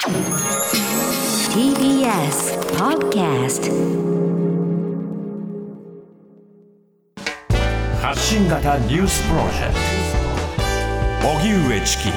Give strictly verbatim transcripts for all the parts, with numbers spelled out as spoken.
ティービーエス Podcast 発信型ニュースプロジェクト荻上チキ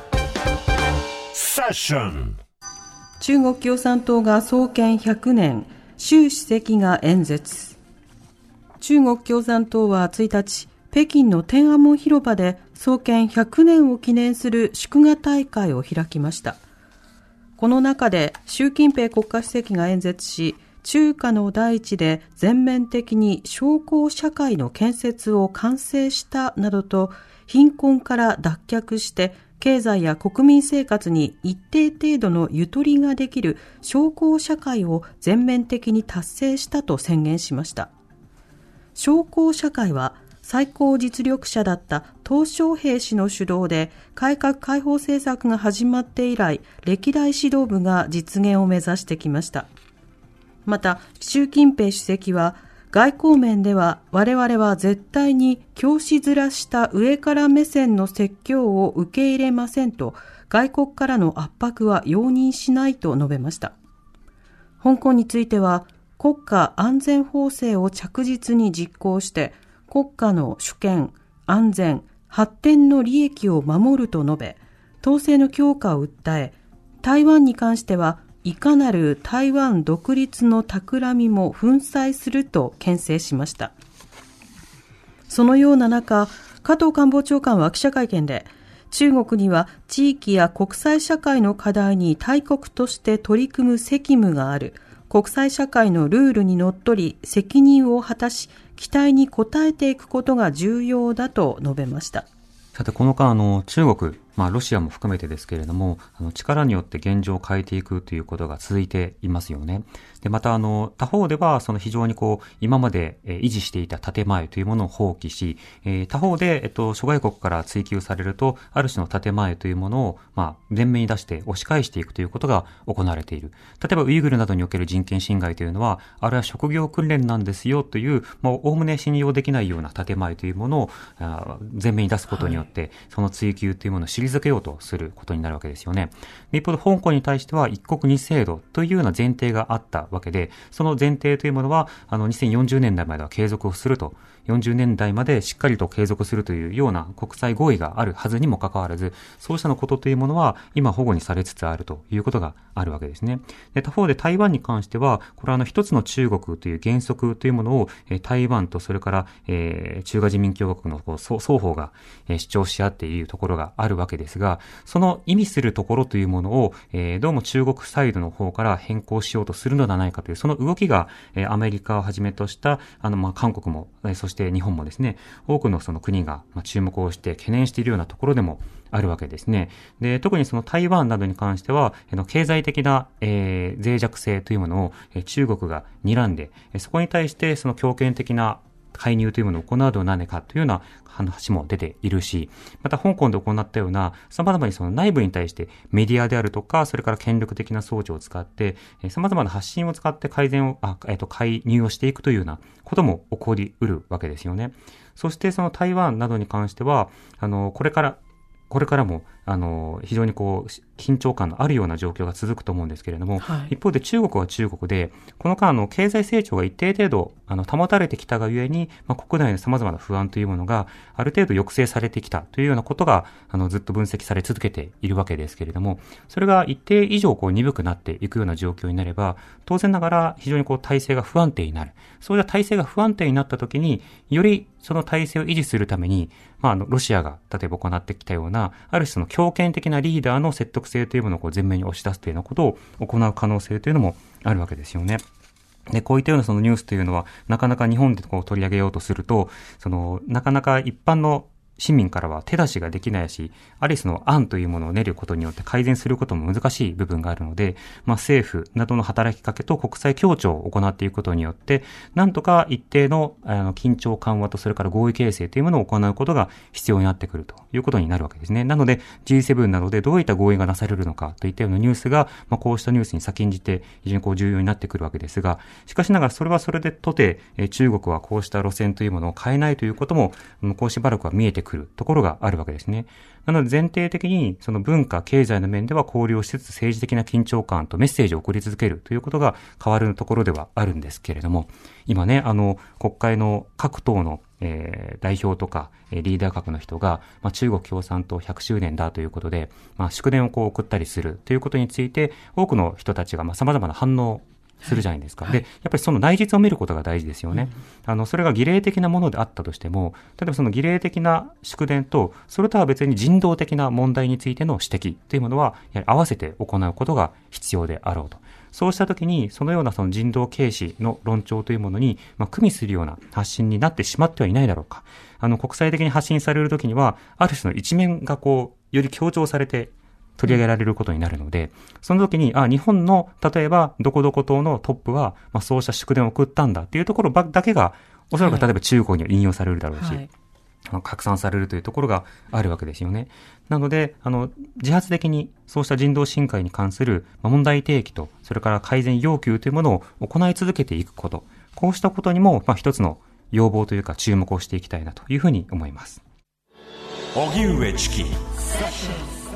セッション。 中国共産党が創建ひゃくねん、習主席が演説。中国共産党はついたち、北京の天安門広場で創建ひゃくねんを記念する祝賀大会を開きました。この中で習近平国家主席が演説し、中華の大地で全面的に小康社会の建設を完成したなどと、貧困から脱却して経済や国民生活に一定程度のゆとりができる小康社会を全面的に達成したと宣言しました。小康社会は最高実力者だった鄧小平氏の主導で改革開放政策が始まって以来、歴代指導部が実現を目指してきました。また、習近平主席は外交面では我々は絶対に教師面した上から目線の説教を受け入れませんと、外国からの圧迫は容認しないと述べました。香港については国家安全法制を着実に実行して国家の主権、安全、発展の利益を守ると述べ、統制の強化を訴え、台湾に関してはいかなる台湾独立の企みも粉砕すると牽制しました。そのような中、加藤官房長官は記者会見で、中国には地域や国際社会の課題に大国として取り組む責務がある。国際社会のルールにのっとり責任を果たし、期待に応えていくことが重要だと述べました。 さて、この間、あの、中国、まあ、ロシアも含めてですけれども、あの、力によって現状を変えていくということが続いていますよね。で、また、あの、他方では、その非常にこう、今まで、えー、維持していた建前というものを放棄し、えー、他方で、えっと、諸外国から追求されると、ある種の建前というものを、まあ、前面に出して押し返していくということが行われている。例えば、ウイグルなどにおける人権侵害というのは、あれは職業訓練なんですよという、まあ、おおむね信用できないような建前というものを、あ前面に出すことによって、はい、その追求というものを退けようとすることになるわけですよね。一方で香港に対しては一国二制度というような前提があったわけで、その前提というものはあのにせんよんじゅうねんだいまでは継続をすると、よんじゅうねんだいまでしっかりと継続するというような国際合意があるはずにもかかわらず、そうしたのことというものは今保護にされつつあるということがあるわけですね。で、他方で台湾に関しては、これはあの一つの中国という原則というものを、え台湾とそれから、えー、中華人民共和国のこう双方が、えー、主張し合っているところがあるわけですが、その意味するところというものを、えー、どうも中国サイドの方から変更しようとするのではないかという、その動きが、えー、アメリカをはじめとしたあの、まあ、韓国も、えー、そして日本もですね、多くのその国が、まあ、注目をして懸念しているようなところでもあるわけですね。で、特にその台湾などに関しては、えー、経済的な、えー、脆弱性というものを、えー、中国が睨んで、えー、そこに対してその強権的な介入というものを行うのではないかというような話も出ているし、また香港で行ったような様々にその内部に対してメディアであるとか、それから権力的な装置を使って、様々な発信を使って改善を、あ、えっと、介入をしていくというようなことも起こり得るわけですよね。そしてその台湾などに関しては、あの、これから、これからも、あの、非常にこう、緊張感のあるような状況が続くと思うんですけれども、はい、一方で中国は中国で、この間、あの、経済成長が一定程度、あの、保たれてきたがゆえに、まあ、国内の様々な不安というものが、ある程度抑制されてきたというようなことが、あの、ずっと分析され続けているわけですけれども、それが一定以上、こう、鈍くなっていくような状況になれば、当然ながら、非常にこう、体制が不安定になる。そういった体制が不安定になったときに、より、その体制を維持するために、まあ、あの、ロシアが、例えば行ってきたような、ある種の強権的なリーダーの説得性というものをこう前面に押し出すというようなことを行う可能性というのもあるわけですよね。で、こういったようなそのニュースというのは、なかなか日本でこう取り上げようとすると、その、なかなか一般の市民からは手出しができないし、ある種の案というものを練ることによって改善することも難しい部分があるので、まあ政府などの働きかけと国際協調を行っていくことによって、なんとか一定の、あの緊張緩和とそれから合意形成というものを行うことが必要になってくるということになるわけですね。なので ジーセブン などでどういった合意がなされるのかといったようなニュースが、まあこうしたニュースに先んじて非常にこう重要になってくるわけですが、しかしながらそれはそれでとて、え中国はこうした路線というものを変えないということも、向こうしばらくは見えてくるくるところがあるわけですね。なので前提的にその文化、経済の面では交流をしつつ政治的な緊張感とメッセージを送り続けるということが変わるところではあるんですけれども、今ね、あの、国会の各党のえー、代表とか、えー、リーダー格の人が、まあ、中国共産党ひゃくしゅうねんだということで、まあ、祝電をこう送ったりするということについて、多くの人たちがまあ様々な反応するじゃないですか。はい、で、やっぱりその内実を見ることが大事ですよね。うん、あの、それが儀礼的なものであったとしても、例えばその儀礼的な祝電と、それとは別に人道的な問題についての指摘というものは、やはり合わせて行うことが必要であろうと。そうしたときに、そのようなその人道軽視の論調というものに、まあ、組みするような発信になってしまってはいないだろうか。あの、国際的に発信されるときには、ある種の一面がこう、より強調されて取り上げられることになるので、その時に、あ、日本の、例えば、どこどこ党のトップは、まあ、そうした祝電を送ったんだっていうところだけが、おそらく例えば中国には引用されるだろうし、はい、拡散されるというところがあるわけですよね。なので、あの、自発的にそうした人道侵害に関する問題提起と、それから改善要求というものを行い続けていくこと、こうしたことにも、まあ、一つの要望というか注目をしていきたいなというふうに思います。 荻上チキ